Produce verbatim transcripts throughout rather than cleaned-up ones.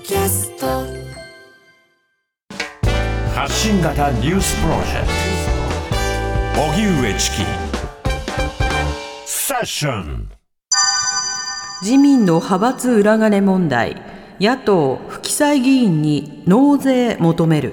キャスト発信型ニュースプロジェクト荻上チキセッション。 自民の派閥裏金問題、野党不記載議員に納税求める。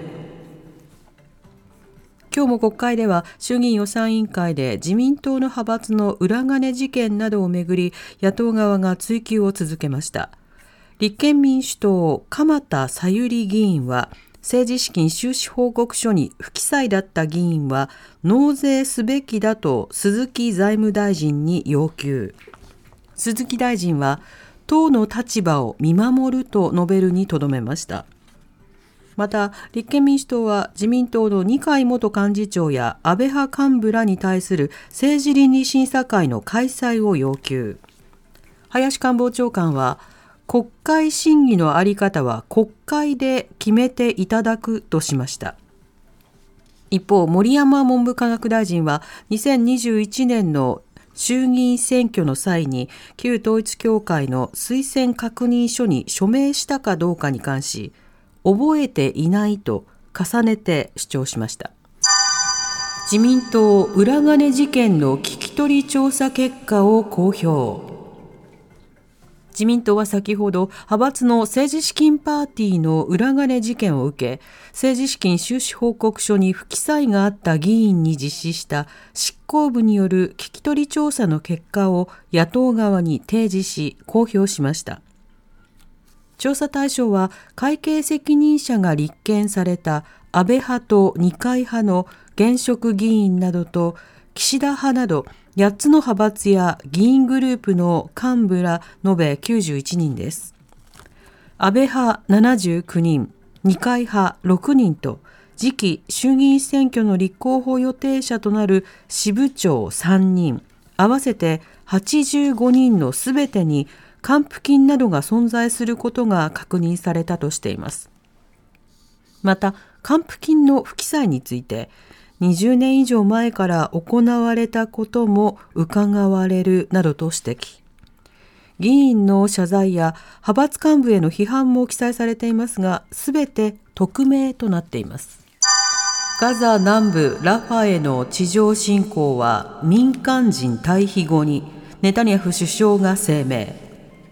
今日も国会では衆議院予算委員会で自民党の派閥の裏金事件などをめぐり野党側が追及を続けました。立憲民主党鎌田さゆり議員は政治資金収支報告書に不記載だった議員は納税すべきだと鈴木財務大臣に要求。鈴木大臣は党の立場を見守ると述べるにとどめました。また立憲民主党は自民党の二階元幹事長や安倍派幹部らに対する政治倫理審査会の開催を要求。林官房長官は国会審議の在り方は国会で決めていただくとしました。一方、盛山文部科学大臣はにせんにじゅういちねんの衆議院選挙の際に旧統一教会の推薦確認書に署名したかどうかに関し、覚えていないと重ねて主張しました。自民党裏金事件の聞き取り調査結果を公表。自民党は先ほど派閥の政治資金パーティーの裏金事件を受け、政治資金収支報告書に不記載があった議員に実施した執行部による聞き取り調査の結果を野党側に提示し公表しました。調査対象は会計責任者が立件された安倍派と二階派の現職議員などと岸田派などやっつの派閥や議員グループの幹部ら延べきゅうじゅういちにんです。安倍派ななじゅうきゅうにん、二階派ろくにんと次期衆議院選挙の立候補予定者となる支部長さんにん、合わせてはちじゅうごにんのすべてに還付金などが存在することが確認されたとしています。また、還付金の不記載について、にじゅうねん以上前から行われたことも伺われるなどと指摘。議員の謝罪や派閥幹部への批判も記載されていますが、すべて匿名となっています。ガザ南部ラファへの地上侵攻は民間人退避後に、ネタニヤフ首相が声明。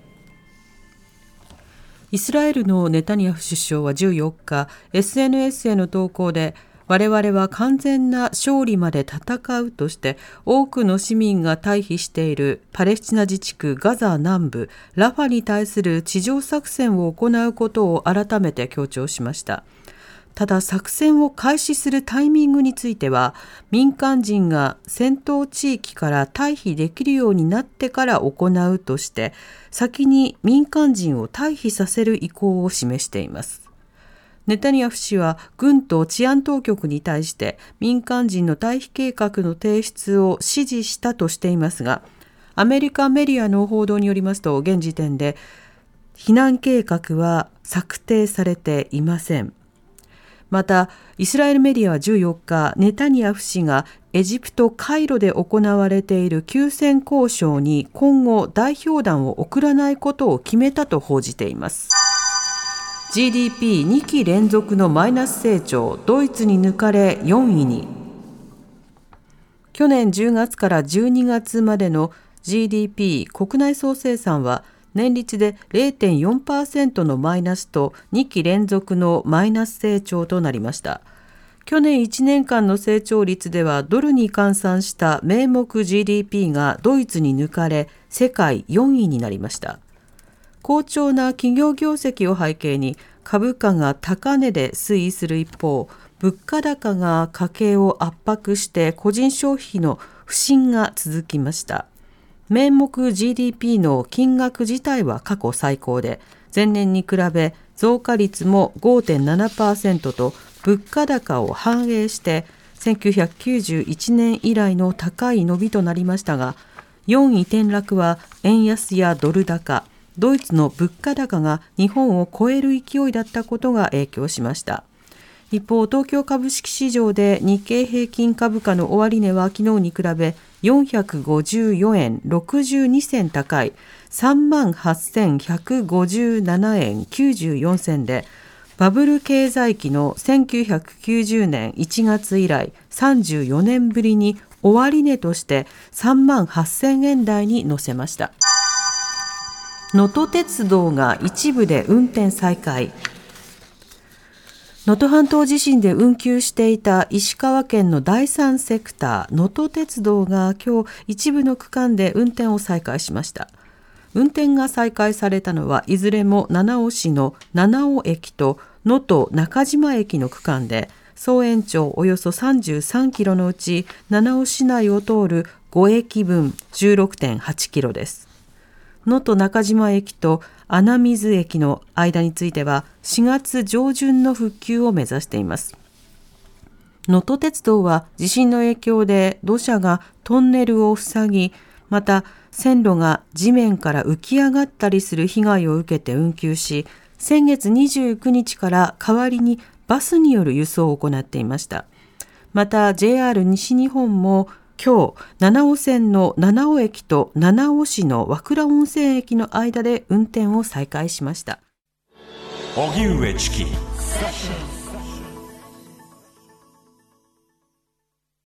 イスラエルのネタニヤフ首相はじゅうよっか、エスエヌエス への投稿で、我々は完全な勝利まで戦うとして多くの市民が退避しているパレスチナ自治区ガザ南部ラファに対する地上作戦を行うことを改めて強調しました。ただ作戦を開始するタイミングについては民間人が戦闘地域から退避できるようになってから行うとして先に民間人を退避させる意向を示しています。ネタニヤフ氏は軍と治安当局に対して民間人の退避計画の提出を指示したとしていますが、アメリカメディアの報道によりますと現時点で避難計画は策定されていません。またイスラエルメディアはじゅうよっか、ネタニヤフ氏がエジプトカイロで行われている休戦交渉に今後代表団を送らないことを決めたと報じています。ジーディーピーに 期連続のマイナス成長、ドイツに抜かれよんいに。去年じゅうがつからじゅうにがつまでの ジーディーピー 国内総生産は年率で れいてんよんパーセント のマイナスとにき連続のマイナス成長となりました。去年いちねんかんの成長率ではドルに換算した名目 ジーディーピー がドイツに抜かれ世界よんいになりました。好調な企業業績を背景に株価が高値で推移する一方、物価高が家計を圧迫して個人消費の不振が続きました。名目 ジーディーピー の金額自体は過去最高で、前年に比べ増加率も ごてんななパーセント と物価高を反映してせんきゅうひゃくきゅうじゅういちねん以来の高い伸びとなりましたが、よんい転落は円安やドル高、ドイツの物価高が日本を超える勢いだったことが影響しました。一方、東京株式市場で日経平均株価の終値は昨日に比べよんひゃくごじゅうよえんろくじゅうにせん高いさんまんはっせんひゃくごじゅうななえんきゅうじゅうよんせんで、バブル経済期のせんきゅうひゃくきゅうじゅうねんいちがつ以来さんじゅうよねんぶりに終値としてさんまんはっせんえん台に乗せました。能登鉄道が一部で運転再開。能登半島地震で運休していた石川県のだいさんセクター能登鉄道が今日一部の区間で運転を再開しました。運転が再開されたのはいずれも七尾市の七尾駅と能登中島駅の区間で、総延長およそさんじゅうさんキロのうち七尾市内を通るご駅分 じゅうろくてんはちキロです。能登中島駅と穴水駅の間についてはしがつ上旬の復旧を目指しています。能登鉄道は地震の影響で土砂がトンネルを塞ぎ、また線路が地面から浮き上がったりする被害を受けて運休し、先月にじゅうくにちから代わりにバスによる輸送を行っていました。また ジェイアール 西日本も今日、七尾線の七尾駅と七尾市の和倉温泉駅の間で運転を再開しました。 荻上チキ